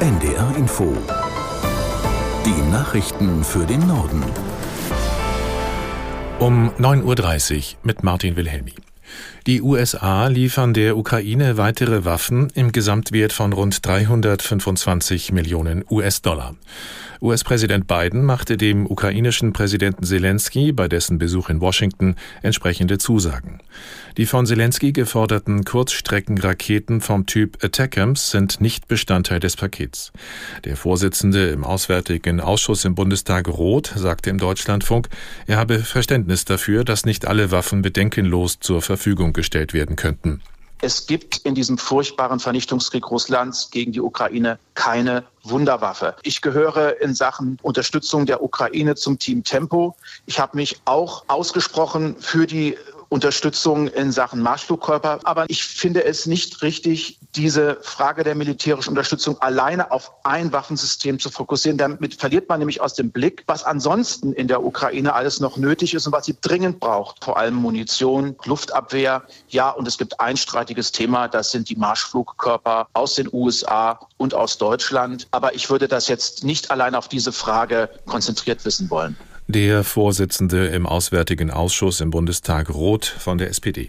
NDR Info. Die Nachrichten für den Norden. Um 9:30 Uhr mit Martin Wilhelmi. Die USA liefern der Ukraine weitere Waffen im Gesamtwert von rund 325 Millionen US-Dollar. US-Präsident Biden machte dem ukrainischen Präsidenten Selensky bei dessen Besuch in Washington entsprechende Zusagen. Die von Selensky geforderten Kurzstreckenraketen vom Typ Attackams sind nicht Bestandteil des Pakets. Der Vorsitzende im Auswärtigen Ausschuss im Bundestag Roth sagte im Deutschlandfunk, er habe Verständnis dafür, dass nicht alle Waffen bedenkenlos zur Verfügung gestellt werden könnten. Es gibt in diesem furchtbaren Vernichtungskrieg Russlands gegen die Ukraine keine Wunderwaffe. Ich gehöre in Sachen Unterstützung der Ukraine zum Team Tempo. Ich habe mich auch ausgesprochen für die Unterstützung in Sachen Marschflugkörper. Aber ich finde es nicht richtig, diese Frage der militärischen Unterstützung alleine auf ein Waffensystem zu fokussieren. Damit verliert man nämlich aus dem Blick, was ansonsten in der Ukraine alles noch nötig ist und was sie dringend braucht. Vor allem Munition, Luftabwehr. Ja, und es gibt ein streitiges Thema, das sind die Marschflugkörper aus den USA und aus Deutschland. Aber ich würde das jetzt nicht allein auf diese Frage konzentriert wissen wollen. Der Vorsitzende im Auswärtigen Ausschuss im Bundestag Roth von der SPD.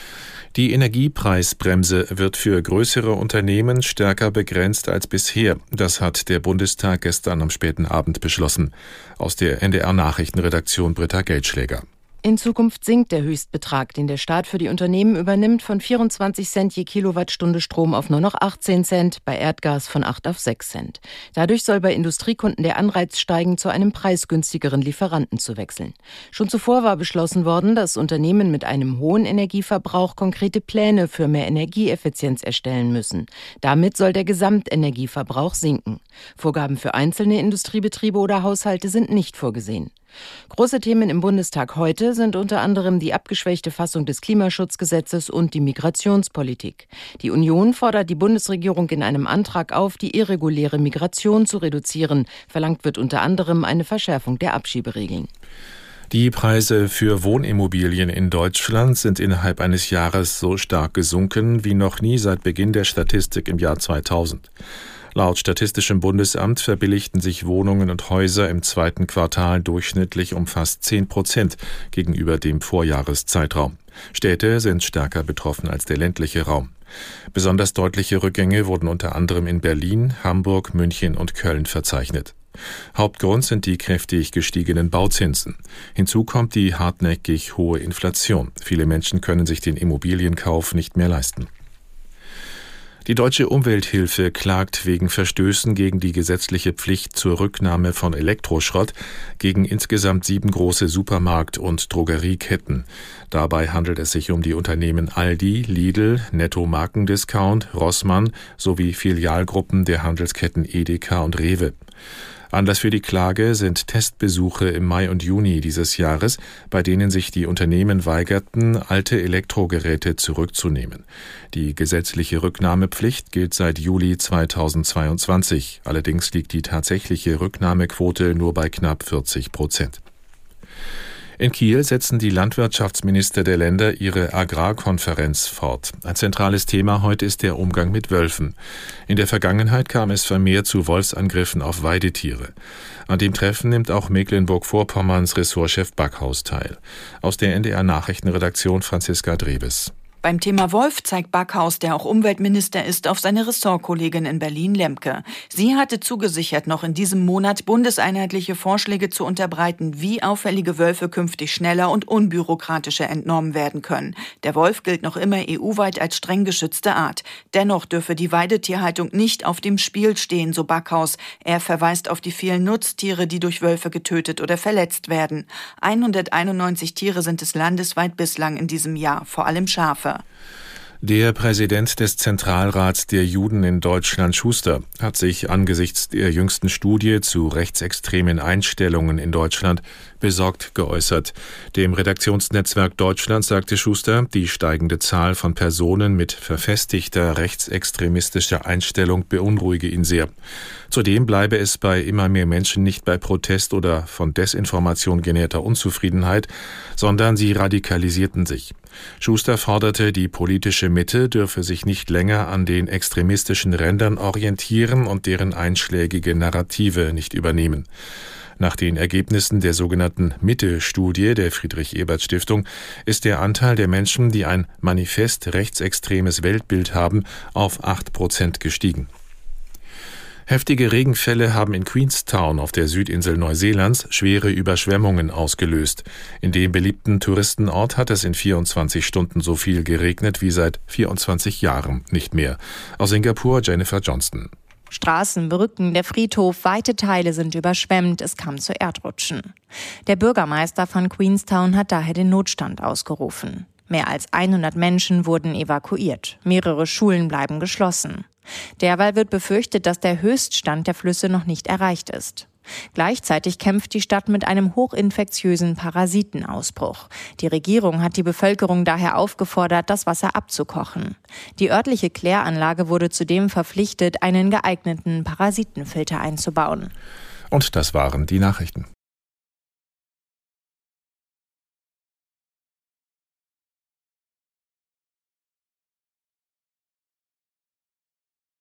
Die Energiepreisbremse wird für größere Unternehmen stärker begrenzt als bisher. Das hat der Bundestag gestern am späten Abend beschlossen. Aus der NDR-Nachrichtenredaktion Britta Geldschläger. In Zukunft sinkt der Höchstbetrag, den der Staat für die Unternehmen übernimmt, von 24 Cent je Kilowattstunde Strom auf nur noch 18 Cent, bei Erdgas von 8 auf 6 Cent. Dadurch soll bei Industriekunden der Anreiz steigen, zu einem preisgünstigeren Lieferanten zu wechseln. Schon zuvor war beschlossen worden, dass Unternehmen mit einem hohen Energieverbrauch konkrete Pläne für mehr Energieeffizienz erstellen müssen. Damit soll der Gesamtenergieverbrauch sinken. Vorgaben für einzelne Industriebetriebe oder Haushalte sind nicht vorgesehen. Große Themen im Bundestag heute sind unter anderem die abgeschwächte Fassung des Klimaschutzgesetzes und die Migrationspolitik. Die Union fordert die Bundesregierung in einem Antrag auf, die irreguläre Migration zu reduzieren. Verlangt wird unter anderem eine Verschärfung der Abschieberegeln. Die Preise für Wohnimmobilien in Deutschland sind innerhalb eines Jahres so stark gesunken wie noch nie seit Beginn der Statistik im Jahr 2000. Laut Statistischem Bundesamt verbilligten sich Wohnungen und Häuser im zweiten Quartal durchschnittlich um fast 10% gegenüber dem Vorjahreszeitraum. Städte sind stärker betroffen als der ländliche Raum. Besonders deutliche Rückgänge wurden unter anderem in Berlin, Hamburg, München und Köln verzeichnet. Hauptgrund sind die kräftig gestiegenen Bauzinsen. Hinzu kommt die hartnäckig hohe Inflation. Viele Menschen können sich den Immobilienkauf nicht mehr leisten. Die Deutsche Umwelthilfe klagt wegen Verstößen gegen die gesetzliche Pflicht zur Rücknahme von Elektroschrott gegen insgesamt 7 große Supermarkt- und Drogerieketten. Dabei handelt es sich um die Unternehmen Aldi, Lidl, Netto Markendiscount, Rossmann sowie Filialgruppen der Handelsketten Edeka und Rewe. Anlass für die Klage sind Testbesuche im Mai und Juni dieses Jahres, bei denen sich die Unternehmen weigerten, alte Elektrogeräte zurückzunehmen. Die gesetzliche Rücknahmepflicht gilt seit Juli 2022. Allerdings liegt die tatsächliche Rücknahmequote nur bei knapp 40%. In Kiel setzen die Landwirtschaftsminister der Länder ihre Agrarkonferenz fort. Ein zentrales Thema heute ist der Umgang mit Wölfen. In der Vergangenheit kam es vermehrt zu Wolfsangriffen auf Weidetiere. An dem Treffen nimmt auch Mecklenburg-Vorpommerns Ressortchef Backhaus teil. Aus der NDR-Nachrichtenredaktion Franziska Drebes. Beim Thema Wolf zeigt Backhaus, der auch Umweltminister ist, auf seine Ressortkollegin in Berlin, Lemke. Sie hatte zugesichert, noch in diesem Monat bundeseinheitliche Vorschläge zu unterbreiten, wie auffällige Wölfe künftig schneller und unbürokratischer entnommen werden können. Der Wolf gilt noch immer EU-weit als streng geschützte Art. Dennoch dürfe die Weidetierhaltung nicht auf dem Spiel stehen, so Backhaus. Er verweist auf die vielen Nutztiere, die durch Wölfe getötet oder verletzt werden. 191 Tiere sind es landesweit bislang in diesem Jahr, vor allem Schafe. Der Präsident des Zentralrats der Juden in Deutschland, Schuster, hat sich angesichts der jüngsten Studie zu rechtsextremen Einstellungen in Deutschland besorgt geäußert. Dem Redaktionsnetzwerk Deutschland sagte Schuster, die steigende Zahl von Personen mit verfestigter rechtsextremistischer Einstellung beunruhige ihn sehr. Zudem bleibe es bei immer mehr Menschen nicht bei Protest oder von Desinformation genährter Unzufriedenheit, sondern sie radikalisierten sich. Schuster forderte, die politische Mitte dürfe sich nicht länger an den extremistischen Rändern orientieren und deren einschlägige Narrative nicht übernehmen. Nach den Ergebnissen der sogenannten Mitte-Studie der Friedrich-Ebert-Stiftung ist der Anteil der Menschen, die ein manifest rechtsextremes Weltbild haben, auf 8% gestiegen. Heftige Regenfälle haben in Queenstown auf der Südinsel Neuseelands schwere Überschwemmungen ausgelöst. In dem beliebten Touristenort hat es in 24 Stunden so viel geregnet wie seit 24 Jahren nicht mehr. Aus Singapur Jennifer Johnston. Straßen, Brücken, der Friedhof, weite Teile sind überschwemmt, es kam zu Erdrutschen. Der Bürgermeister von Queenstown hat daher den Notstand ausgerufen. Mehr als 100 Menschen wurden evakuiert, mehrere Schulen bleiben geschlossen. Derweil wird befürchtet, dass der Höchststand der Flüsse noch nicht erreicht ist. Gleichzeitig kämpft die Stadt mit einem hochinfektiösen Parasitenausbruch. Die Regierung hat die Bevölkerung daher aufgefordert, das Wasser abzukochen. Die örtliche Kläranlage wurde zudem verpflichtet, einen geeigneten Parasitenfilter einzubauen. Und das waren die Nachrichten.